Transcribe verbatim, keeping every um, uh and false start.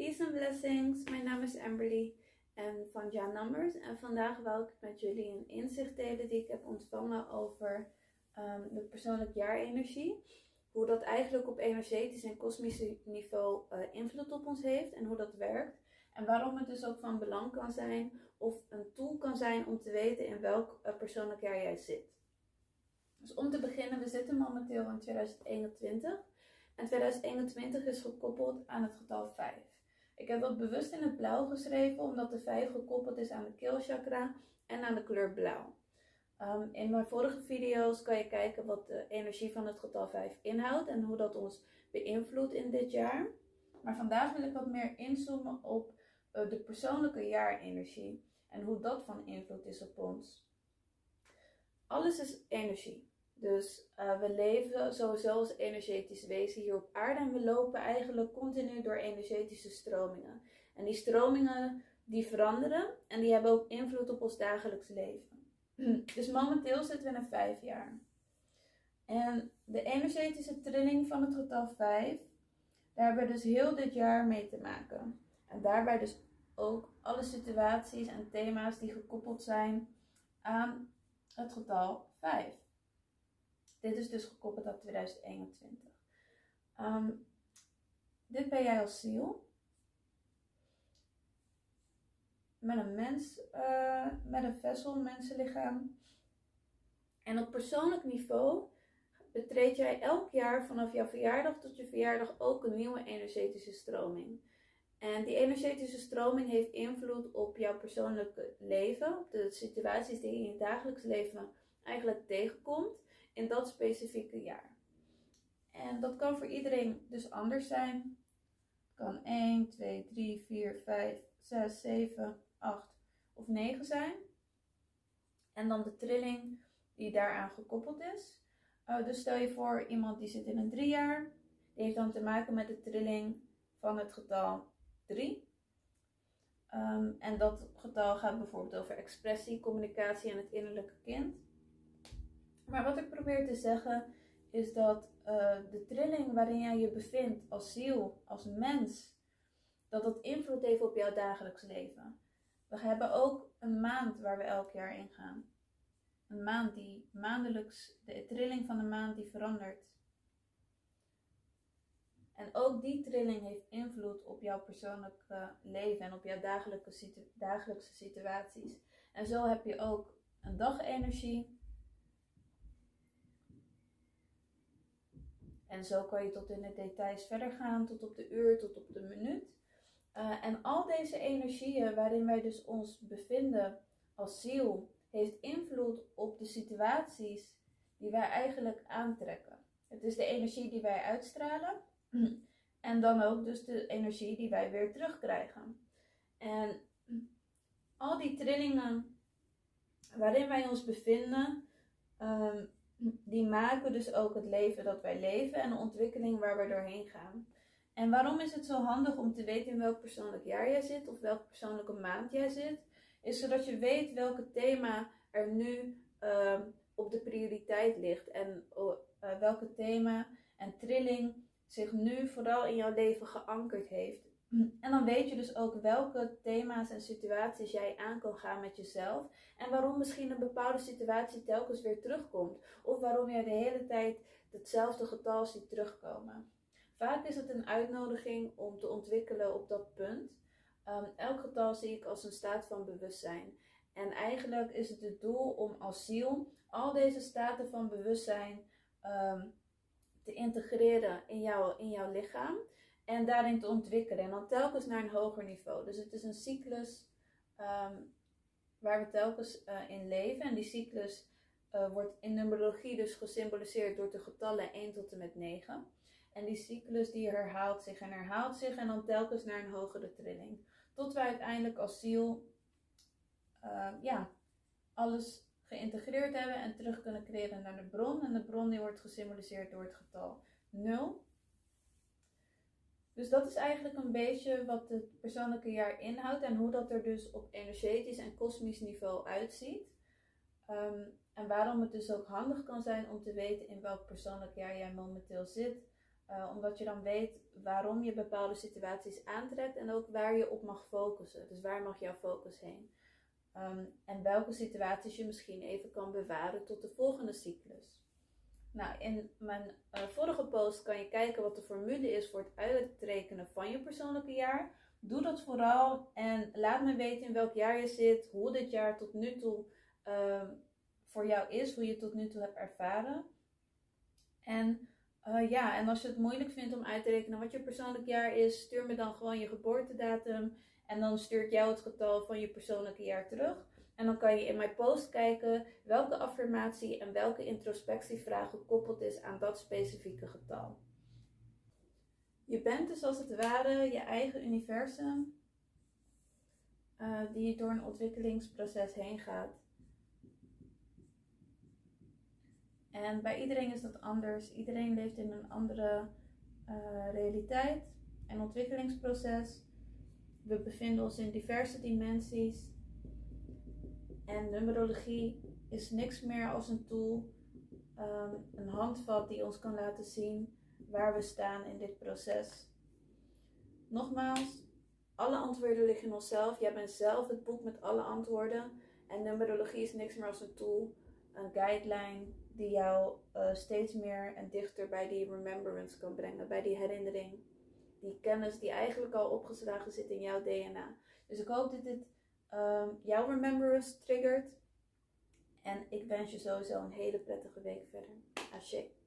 Peace and blessings, mijn naam is Amberly en van Ja Numbers en vandaag wil ik met jullie een inzicht delen die ik heb ontvangen over um, de persoonlijk jaarenergie. Hoe dat eigenlijk op energetisch en kosmisch niveau uh, invloed op ons heeft en hoe dat werkt. En waarom het dus ook van belang kan zijn of een tool kan zijn om te weten in welk uh, persoonlijk jaar jij zit. Dus om te beginnen, we zitten momenteel in tweeduizend eenentwintig. En tweeduizend eenentwintig is gekoppeld aan het getal vijf. Ik heb dat bewust in het blauw geschreven, omdat de vijf gekoppeld is aan de keelchakra en aan de kleur blauw. Um, in mijn vorige video's kan je kijken wat de energie van het getal vijf inhoudt en hoe dat ons beïnvloedt in dit jaar. Maar vandaag wil ik wat meer inzoomen op uh, de persoonlijke jaarenergie en hoe dat van invloed is op ons. Alles is energie. Dus uh, we leven sowieso als energetisch wezen hier op aarde en we lopen eigenlijk continu door energetische stromingen. En die stromingen die veranderen en die hebben ook invloed op ons dagelijks leven. Dus momenteel zitten we in een vijf jaar. En de energetische trilling van het getal vijf, daar hebben we dus heel dit jaar mee te maken. En daarbij dus ook alle situaties en thema's die gekoppeld zijn aan het getal vijf. Dit is dus gekoppeld aan tweeduizend eenentwintig. Um, dit ben jij als ziel. Met een mens, uh, met een vessel, een mensenlichaam. En op persoonlijk niveau betreed jij elk jaar vanaf jouw verjaardag tot je verjaardag ook een nieuwe energetische stroming. En die energetische stroming heeft invloed op jouw persoonlijke leven, op de situaties die je in je dagelijks leven eigenlijk tegenkomt in dat specifieke jaar. En dat kan voor iedereen dus anders zijn. Het kan één, twee, drie, vier, vijf, zes, zeven, acht of negen zijn. En dan de trilling die daaraan gekoppeld is. Uh, dus stel je voor iemand die zit in een drie jaar. Die heeft dan te maken met de trilling van het getal drie. Um, en dat getal gaat bijvoorbeeld over expressie, communicatie en het innerlijke kind. Maar wat ik probeer te zeggen is dat uh, de trilling waarin jij je bevindt als ziel, als mens, dat dat invloed heeft op jouw dagelijks leven. We hebben ook een maand waar we elk jaar in gaan. Een maand die maandelijks, de trilling van de maand die verandert. En ook die trilling heeft invloed op jouw persoonlijk uh, leven en op jouw dagelijkse, situ- dagelijkse situaties. En zo heb je ook een dagenergie. En zo kan je tot in de details verder gaan, tot op de uur, tot op de minuut. Uh, en al deze energieën waarin wij dus ons bevinden als ziel, heeft invloed op de situaties die wij eigenlijk aantrekken. Het is de energie die wij uitstralen en dan ook dus de energie die wij weer terugkrijgen. En al die trillingen waarin wij ons bevinden, um, die maken dus ook het leven dat wij leven en de ontwikkeling waar we doorheen gaan. En waarom is het zo handig om te weten in welk persoonlijk jaar jij zit of welke persoonlijke maand jij zit? Is zodat je weet welke thema er nu uh, op de prioriteit ligt. En uh, welke thema en trilling zich nu vooral in jouw leven geankerd heeft. En dan weet je dus ook welke thema's en situaties jij aan kan gaan met jezelf. En waarom misschien een bepaalde situatie telkens weer terugkomt. Of waarom jij de hele tijd hetzelfde getal ziet terugkomen. Vaak is het een uitnodiging om te ontwikkelen op dat punt. Um, elk getal zie ik als een staat van bewustzijn. En eigenlijk is het het doel om als ziel al deze staten van bewustzijn um, te integreren in, jou, in jouw lichaam. En daarin te ontwikkelen. En dan telkens naar een hoger niveau. Dus het is een cyclus um, waar we telkens uh, in leven. En die cyclus uh, wordt in numerologie dus gesymboliseerd door de getallen één tot en met negen. En die cyclus die herhaalt zich en herhaalt zich. En dan telkens naar een hogere trilling. Tot we uiteindelijk als ziel uh, ja, alles geïntegreerd hebben. En terug kunnen keren naar de bron. En de bron die wordt gesymboliseerd door het getal nul. Dus dat is eigenlijk een beetje wat het persoonlijke jaar inhoudt en hoe dat er dus op energetisch en kosmisch niveau uitziet. Um, en waarom het dus ook handig kan zijn om te weten in welk persoonlijk jaar jij momenteel zit. Uh, omdat je dan weet waarom je bepaalde situaties aantrekt en ook waar je op mag focussen. Dus waar mag jouw focus heen? Um, en welke situaties je misschien even kan bewaren tot de volgende cyclus. Nou, in mijn uh, vorige post kan je kijken wat de formule is voor het uitrekenen van je persoonlijke jaar. Doe dat vooral en laat me weten in welk jaar je zit, hoe dit jaar tot nu toe uh, voor jou is, hoe je het tot nu toe hebt ervaren. En uh, ja, en als je het moeilijk vindt om uit te rekenen wat je persoonlijk jaar is, stuur me dan gewoon je geboortedatum. En dan stuur ik jou het getal van je persoonlijke jaar terug. En dan kan je in mijn post kijken welke affirmatie en welke introspectievraag gekoppeld is aan dat specifieke getal. Je bent dus als het ware je eigen universum uh, die door een ontwikkelingsproces heen gaat. En bij iedereen is dat anders. Iedereen leeft in een andere uh, realiteit en ontwikkelingsproces. We bevinden ons in diverse dimensies. En numerologie is niks meer als een tool, um, een handvat die ons kan laten zien waar we staan in dit proces. Nogmaals, alle antwoorden liggen in onszelf. Jij bent zelf het boek met alle antwoorden. En numerologie is niks meer als een tool, een guideline die jou uh, steeds meer en dichter bij die remembrance kan brengen, bij die herinnering. Die kennis die eigenlijk al opgeslagen zit in jouw D N A. Dus ik hoop dat dit um, jouw remembrance triggert. En ik wens je sowieso een hele prettige week verder. Ashe.